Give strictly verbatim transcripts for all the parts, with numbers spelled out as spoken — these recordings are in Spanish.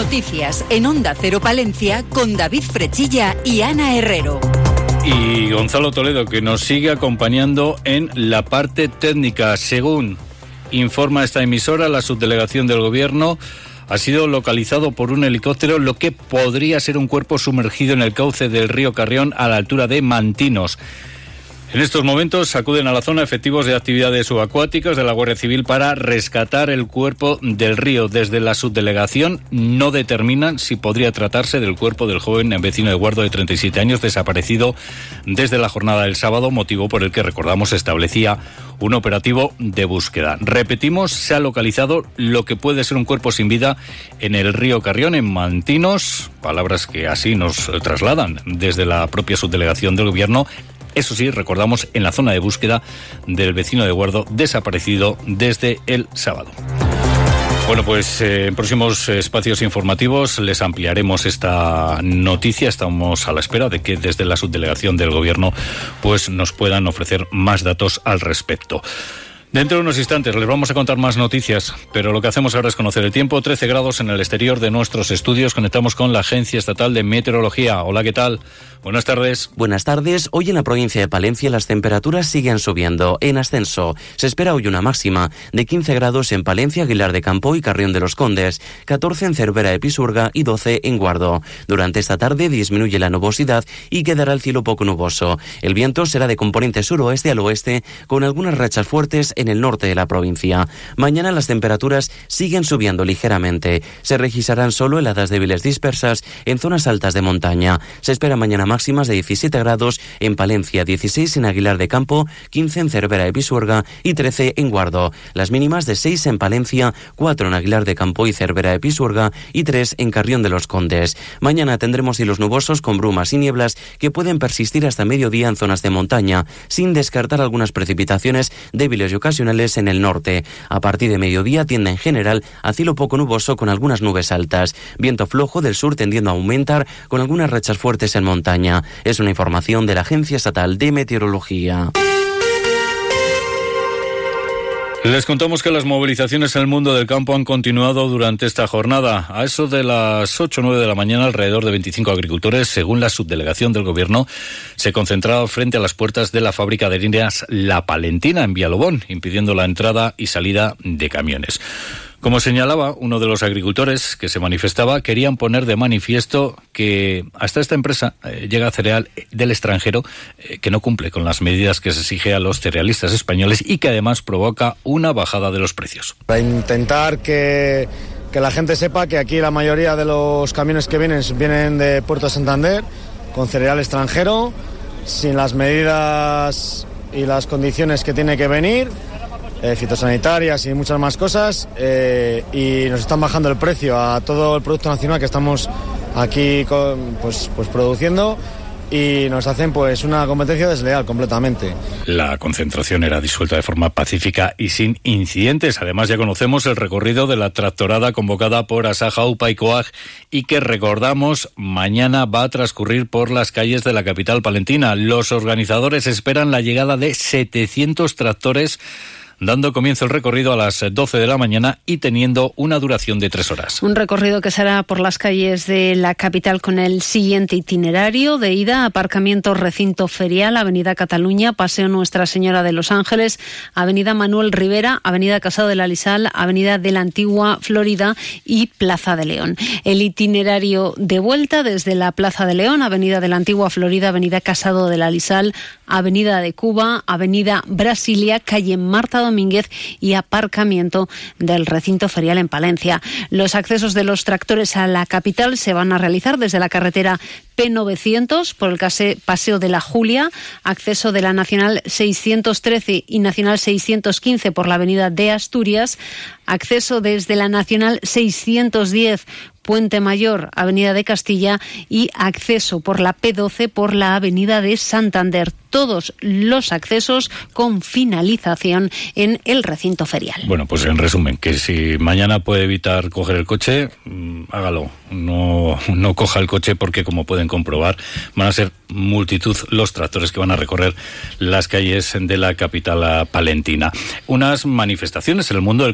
Noticias en Onda Cero Palencia con David Frechilla y Ana Herrero. Y Gonzalo Toledo, que nos sigue acompañando en la parte técnica. Según informa esta emisora, la subdelegación del Gobierno ha sido localizado por un helicóptero lo que podría ser un cuerpo sumergido en el cauce del río Carrión a la altura de Mantinos. En estos momentos acuden a la zona efectivos de actividades subacuáticas de la Guardia Civil para rescatar el cuerpo del río. Desde la subdelegación no determinan si podría tratarse del cuerpo del joven vecino de Guardo de treinta y siete años desaparecido desde la jornada del sábado, motivo por el que, recordamos, se establecía un operativo de búsqueda. Repetimos, se ha localizado lo que puede ser un cuerpo sin vida en el río Carrión, en Mantinos, palabras que así nos trasladan desde la propia subdelegación del Gobierno. Eso sí, recordamos, en la zona de búsqueda del vecino de Guardo desaparecido desde el sábado. Bueno, pues eh, en próximos espacios informativos les ampliaremos esta noticia. Estamos a la espera de que desde la subdelegación del Gobierno pues nos puedan ofrecer más datos al respecto. Dentro de unos instantes les vamos a contar más noticias, pero lo que hacemos ahora es conocer el tiempo. trece grados en el exterior de nuestros estudios. Conectamos con la Agencia Estatal de Meteorología. Hola, ¿qué tal? Buenas tardes. Buenas tardes. Hoy en la provincia de Palencia las temperaturas siguen subiendo, en ascenso. Se espera hoy una máxima de quince grados en Palencia, Aguilar de Campo y Carrión de los Condes, catorce en Cervera de Pisuerga y doce en Guardo. Durante esta tarde disminuye la nubosidad y quedará el cielo poco nuboso. El viento será de componente suroeste al oeste, con algunas rachas fuertes en el norte de la provincia. Mañana las temperaturas siguen subiendo ligeramente. Se registrarán solo heladas débiles dispersas en zonas altas de montaña. Se espera mañana máximas de diecisiete grados en Palencia, dieciséis en Aguilar de Campo, quince en Cervera de Pisuerga y trece en Guardo. Las mínimas de seis en Palencia, cuatro en Aguilar de Campo y Cervera de Pisuerga y tres en Carrión de los Condes. Mañana tendremos cielos nubosos con brumas y nieblas que pueden persistir hasta mediodía en zonas de montaña, sin descartar algunas precipitaciones débiles y ocasionales en el norte. A partir de mediodía tiende en general a cielo poco nuboso con algunas nubes altas. Viento flojo del sur tendiendo a aumentar con algunas rachas fuertes en montaña. Es una información de la Agencia Estatal de Meteorología. Les contamos que las movilizaciones en el mundo del campo han continuado durante esta jornada. A eso de las ocho o nueve de la mañana, alrededor de veinticinco agricultores, según la subdelegación del Gobierno, se concentraron frente a las puertas de la fábrica de harinas La Palentina en Villalobón, impidiendo la entrada y salida de camiones. Como señalaba uno de los agricultores que se manifestaba, querían poner de manifiesto que hasta esta empresa eh, llega cereal del extranjero eh, que no cumple con las medidas que se exige a los cerealistas españoles y que además provoca una bajada de los precios. Para intentar que, que la gente sepa que aquí la mayoría de los camiones que vienen vienen de Puerto Santander con cereal extranjero, sin las medidas y las condiciones que tiene que venir. Eh, fitosanitarias y muchas más cosas, eh, y nos están bajando el precio a todo el producto nacional que estamos aquí con, pues, pues produciendo, y nos hacen pues una competencia desleal completamente. La concentración era disuelta de forma pacífica y sin incidentes. Además, ya conocemos el recorrido de la tractorada convocada por Asaja, UPA y COAG y que, recordamos, mañana va a transcurrir por las calles de la capital palentina. Los organizadores esperan la llegada de setecientos tractores, dando comienzo el recorrido a las doce de la mañana y teniendo una duración de tres horas. Un recorrido que será por las calles de la capital con el siguiente itinerario: de ida, aparcamiento Recinto Ferial, Avenida Cataluña, Paseo Nuestra Señora de los Ángeles, Avenida Manuel Rivera, Avenida Casado de la Lisal, Avenida de la Antigua Florida y Plaza de León. El itinerario de vuelta desde la Plaza de León, Avenida de la Antigua Florida, Avenida Casado de la Lisal, Avenida de Cuba, Avenida Brasilia, calle Marta Domínguez y aparcamiento del Recinto Ferial en Palencia. Los accesos de los tractores a la capital se van a realizar desde la carretera P novecientos por el Paseo de la Julia, acceso de la Nacional seiscientos trece y Nacional seiscientos quince por la Avenida de Asturias, acceso desde la Nacional seiscientos diez Puente Mayor, Avenida de Castilla, y acceso por la P doce por la Avenida de Santander. Todos los accesos con finalización en el recinto ferial. Bueno, pues en resumen, que si mañana puede evitar coger el coche, hágalo. No, no coja el coche porque, como pueden comprobar, van a ser multitud los tractores que van a recorrer las calles de la capital palentina. Unas manifestaciones en el mundo del campo que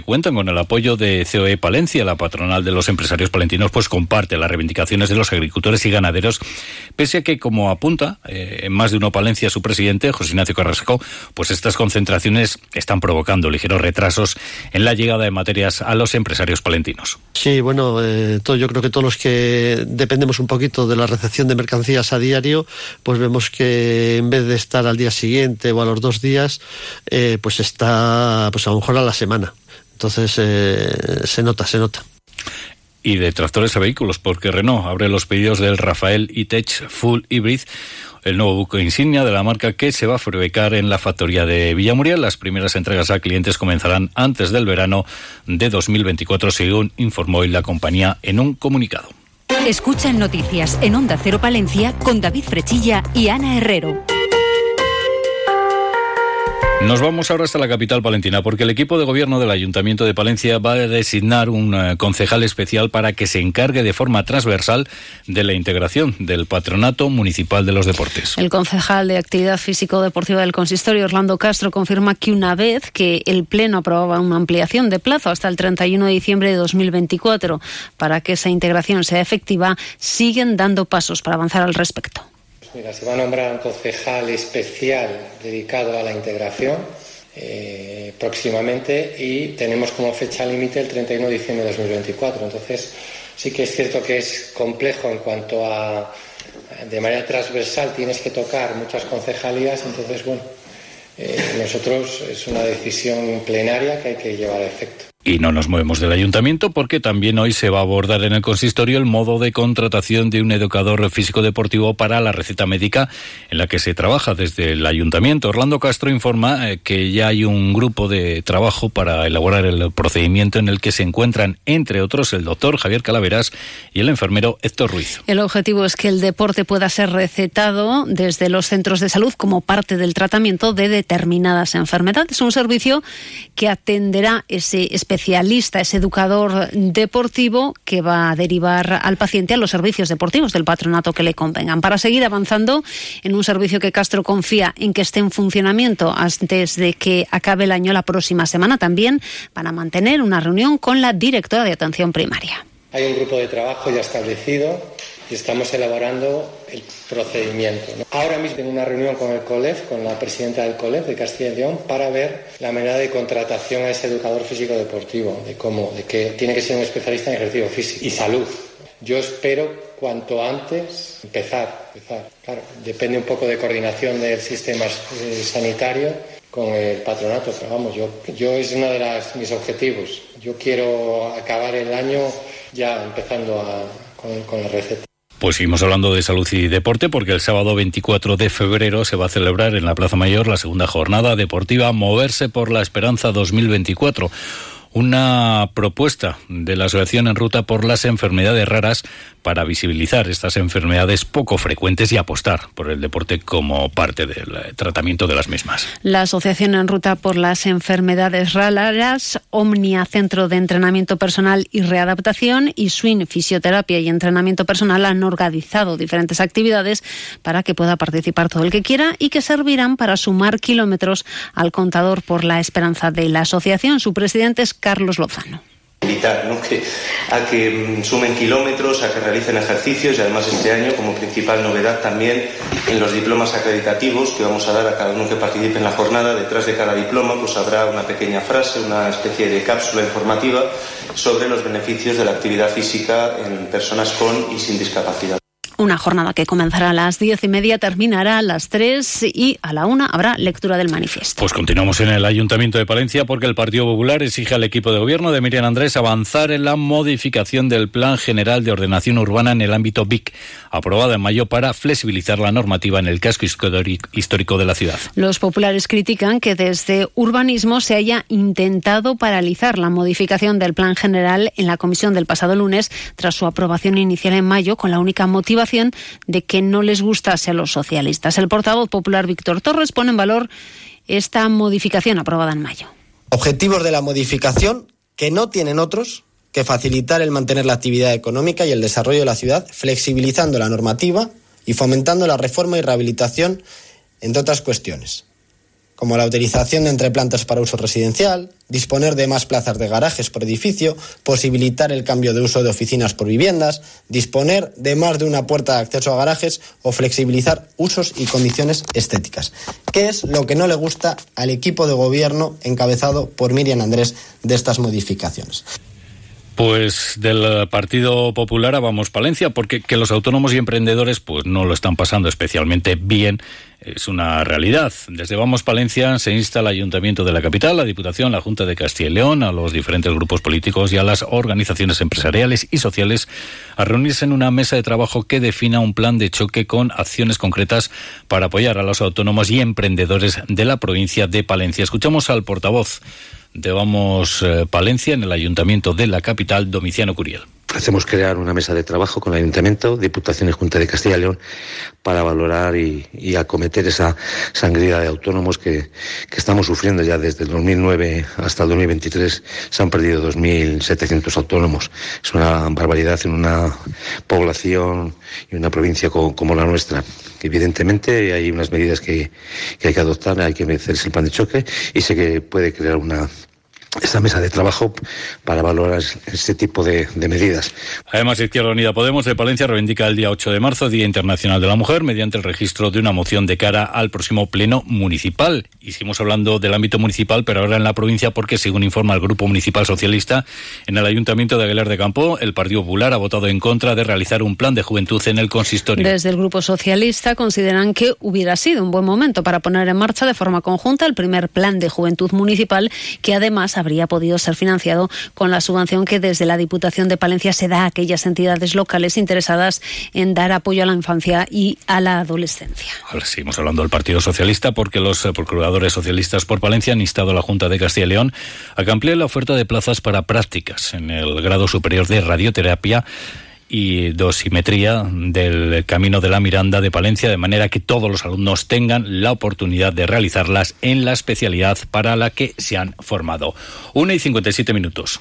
cuentan con el apoyo de C O E Palencia. La patronal de los empresarios palentinos pues comparte las reivindicaciones de los agricultores y ganaderos, pese a que, como apunta eh, en Más de Uno Palencia su presidente, José Ignacio Carrasco, pues estas concentraciones están provocando ligeros retrasos en la llegada de materias a los empresarios palentinos. Sí, bueno, eh, todo, yo creo que todos los que dependemos un poquito de la recepción de mercancías a diario, pues vemos que en vez de estar al día siguiente o a los dos días, eh, pues está pues a lo mejor a la semana. Entonces eh, se nota, se nota. Y de tractores a vehículos, porque Renault abre los pedidos del Rafael E-Tech Full Hybrid, el nuevo buque insignia de la marca que se va a fabricar en la factoría de Villamuriel. Las primeras entregas a clientes comenzarán antes del verano de dos mil veinticuatro, según informó hoy la compañía en un comunicado. Escuchan noticias en Onda Cero Palencia con David Frechilla y Ana Herrero. Nos vamos ahora hasta la capital palentina, porque el equipo de gobierno del Ayuntamiento de Palencia va a designar un uh, concejal especial para que se encargue de forma transversal de la integración del Patronato Municipal de los Deportes. El concejal de Actividad Físico-Deportiva del Consistorio, Orlando Castro, confirma que una vez que el Pleno aprobaba una ampliación de plazo hasta el treinta y uno de diciembre de dos mil veinticuatro para que esa integración sea efectiva, siguen dando pasos para avanzar al respecto. Mira, se va a nombrar un concejal especial dedicado a la integración eh, próximamente, y tenemos como fecha límite el treinta y uno de diciembre de dos mil veinticuatro. Entonces, sí que es cierto que es complejo en cuanto a, de manera transversal, tienes que tocar muchas concejalías. Entonces, bueno, eh, nosotros es una decisión plenaria que hay que llevar a efecto. Y no nos movemos del ayuntamiento, porque también hoy se va a abordar en el consistorio el modo de contratación de un educador físico-deportivo para la receta médica, en la que se trabaja desde el ayuntamiento. Orlando Castro informa eh, que ya hay un grupo de trabajo para elaborar el procedimiento, en el que se encuentran, entre otros, el doctor Javier Calaveras y el enfermero Héctor Ruiz. El objetivo es que el deporte pueda ser recetado desde los centros de salud como parte del tratamiento de determinadas enfermedades. Un servicio que atenderá ese especialista especialista, ese educador deportivo, que va a derivar al paciente a los servicios deportivos del patronato que le convengan, para seguir avanzando en un servicio que Castro confía en que esté en funcionamiento antes de que acabe el año la próxima semana. También van a mantener una reunión con la directora de atención primaria. Hay un grupo de trabajo ya establecido y estamos elaborando el procedimiento, ¿no? Ahora mismo en una reunión con el COLEF, con la presidenta del COLEF de Castilla y León, para ver la manera de contratación a ese educador físico-deportivo, de cómo, de que tiene que ser un especialista en ejercicio físico y salud. Yo espero cuanto antes empezar, empezar. Claro, depende un poco de coordinación del sistema eh, sanitario con el patronato, pero vamos, yo, yo es uno de las, mis objetivos. Yo quiero acabar el año ya empezando a, con, con la receta. Pues seguimos hablando de salud y deporte, porque el sábado veinticuatro de febrero se va a celebrar en la Plaza Mayor la segunda jornada deportiva Moverse por la Esperanza dos mil veinticuatro. Una propuesta de la Asociación En Ruta por las Enfermedades Raras para visibilizar estas enfermedades poco frecuentes y apostar por el deporte como parte del tratamiento de las mismas. La Asociación En Ruta por las Enfermedades Raras, Omnia Centro de Entrenamiento Personal y Readaptación y Swing Fisioterapia y Entrenamiento Personal han organizado diferentes actividades para que pueda participar todo el que quiera y que servirán para sumar kilómetros al contador por la esperanza de la asociación. Su presidente es Carlos Lozano. Invitar, ¿no?, que, a que sumen kilómetros, a que realicen ejercicios, y además este año, como principal novedad también, en los diplomas acreditativos que vamos a dar a cada uno que participe en la jornada, detrás de cada diploma pues habrá una pequeña frase, una especie de cápsula informativa sobre los beneficios de la actividad física en personas con y sin discapacidad. Una jornada que comenzará a las diez y media, terminará a las tres y a la una habrá lectura del manifiesto. Pues continuamos en el Ayuntamiento de Palencia, porque el Partido Popular exige al equipo de gobierno de Miriam Andrés avanzar en la modificación del Plan General de Ordenación Urbana en el ámbito V I C, aprobada en mayo para flexibilizar la normativa en el casco histórico de la ciudad. Los populares critican que desde Urbanismo se haya intentado paralizar la modificación del Plan General en la comisión del pasado lunes, tras su aprobación inicial en mayo, con la única motivación de que no les gustase a los socialistas. El portavoz popular Víctor Torres pone en valor esta modificación aprobada en mayo. Objetivos de la modificación que no tienen otros que facilitar el mantener la actividad económica y el desarrollo de la ciudad, flexibilizando la normativa y fomentando la reforma y rehabilitación, entre otras cuestiones. como la utilización de entreplantas para uso residencial, disponer de más plazas de garajes por edificio, posibilitar el cambio de uso de oficinas por viviendas, disponer de más de una puerta de acceso a garajes o flexibilizar usos y condiciones estéticas. ¿Qué es lo que no le gusta al equipo de gobierno encabezado por Miriam Andrés de estas modificaciones? Pues del Partido Popular a Vamos Palencia, porque que los autónomos y emprendedores pues no lo están pasando especialmente bien, es una realidad. Desde Vamos Palencia se insta al Ayuntamiento de la capital, la Diputación, la Junta de Castilla y León, a los diferentes grupos políticos y a las organizaciones empresariales y sociales a reunirse en una mesa de trabajo que defina un plan de choque con acciones concretas para apoyar a los autónomos y emprendedores de la provincia de Palencia. Escuchamos al portavoz de Vamos eh, Palencia en el Ayuntamiento de la capital, Domiciano Curiel. Hacemos crear una mesa de trabajo con el Ayuntamiento, Diputación y Junta de Castilla y León para valorar y, y acometer esa sangría de autónomos que, que estamos sufriendo ya desde el dos mil nueve hasta el dos mil veintitrés. Se han perdido dos mil setecientos autónomos. Es una barbaridad en una población y una provincia como, como la nuestra. Evidentemente hay unas medidas que, que hay que adoptar, hay que hacerse el plan de choque y sé que puede crear una esta mesa de trabajo para valorar este tipo de, de medidas. Además, Izquierda Unida Podemos de Palencia reivindica el día ocho de marzo, Día Internacional de la Mujer, mediante el registro de una moción de cara al próximo pleno municipal. Y seguimos hablando del ámbito municipal, pero ahora en la provincia, porque según informa el Grupo Municipal Socialista, en el Ayuntamiento de Aguilar de Campo, el Partido Popular ha votado en contra de realizar un plan de juventud en el consistorio. Desde el Grupo Socialista consideran que hubiera sido un buen momento para poner en marcha de forma conjunta el primer plan de juventud municipal, que además habría podido ser financiado con la subvención que desde la Diputación de Palencia se da a aquellas entidades locales interesadas en dar apoyo a la infancia y a la adolescencia. Ahora seguimos hablando del Partido Socialista, porque los procuradores socialistas por Palencia han instado a la Junta de Castilla y León a que amplíe la oferta de plazas para prácticas en el grado superior de radioterapia y dosimetría del Camino de la Miranda de Palencia, de manera que todos los alumnos tengan la oportunidad de realizarlas en la especialidad para la que se han formado. Una y cincuenta y siete minutos.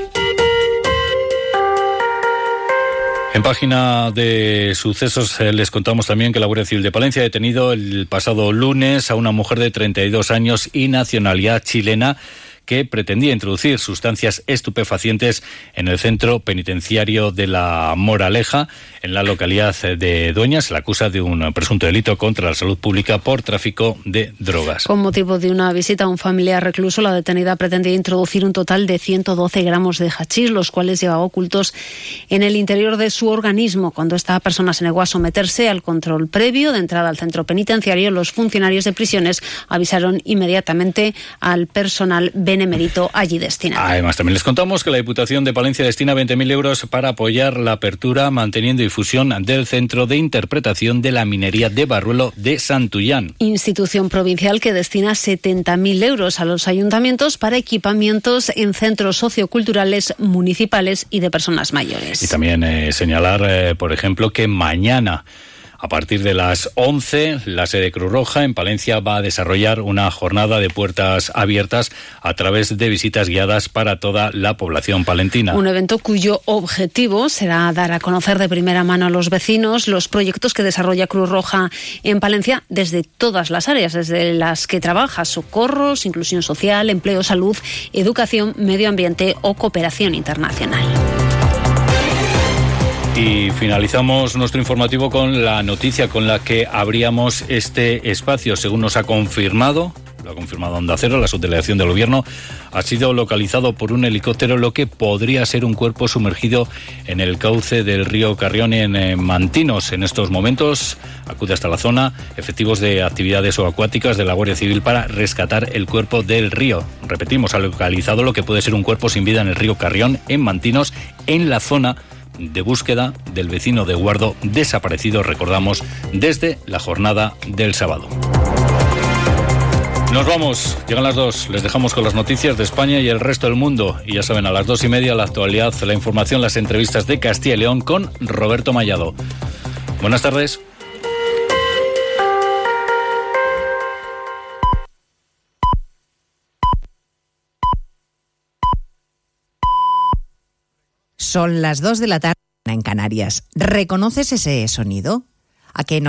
En página de sucesos eh, les contamos también que la Guardia Civil de Palencia ha detenido el pasado lunes a una mujer de treinta y dos años y nacionalidad chilena que pretendía introducir sustancias estupefacientes en el centro penitenciario de La Moraleja, en la localidad de Dueñas. Se la acusa de un presunto delito contra la salud pública por tráfico de drogas. Con motivo de una visita a un familiar recluso, la detenida pretendía introducir un total de ciento doce gramos de hachís, los cuales llevaba ocultos en el interior de su organismo. Cuando esta persona se negó a someterse al control previo de entrada al centro penitenciario, los funcionarios de prisiones avisaron inmediatamente al personal benemérito allí destinado. Además, también les contamos que la Diputación de Palencia destina veinte mil euros para apoyar la apertura, manteniendo y difusión del Centro de Interpretación de la Minería de Barruelo de Santullán. Institución provincial que destina setenta mil euros a los ayuntamientos para equipamientos en centros socioculturales municipales y de personas mayores. Y también eh, señalar, eh, por ejemplo, que mañana, a partir de las once, la sede Cruz Roja en Palencia va a desarrollar una jornada de puertas abiertas a través de visitas guiadas para toda la población palentina. Un evento cuyo objetivo será dar a conocer de primera mano a los vecinos los proyectos que desarrolla Cruz Roja en Palencia desde todas las áreas, desde las que trabaja: socorros, inclusión social, empleo, salud, educación, medio ambiente o cooperación internacional. Y finalizamos nuestro informativo con la noticia con la que abríamos este espacio. Según nos ha confirmado, lo ha confirmado Onda Cero, la subdelegación del Gobierno ha sido localizado por un helicóptero lo que podría ser un cuerpo sumergido en el cauce del río Carrión en eh, Mantinos. En estos momentos acude hasta la zona efectivos de actividades subacuáticas de la Guardia Civil para rescatar el cuerpo del río. Repetimos, ha localizado lo que puede ser un cuerpo sin vida en el río Carrión en Mantinos, en la zona de búsqueda del vecino de Guardo desaparecido, recordamos, desde la jornada del sábado. Nos vamos, llegan las dos, les dejamos con las noticias de España y el resto del mundo. Y ya saben, a las dos y media la actualidad, la información, las entrevistas de Castilla y León con Roberto Mallado. Buenas tardes. Son las dos de la tarde en Canarias. ¿Reconoces ese sonido? ¿A qué no?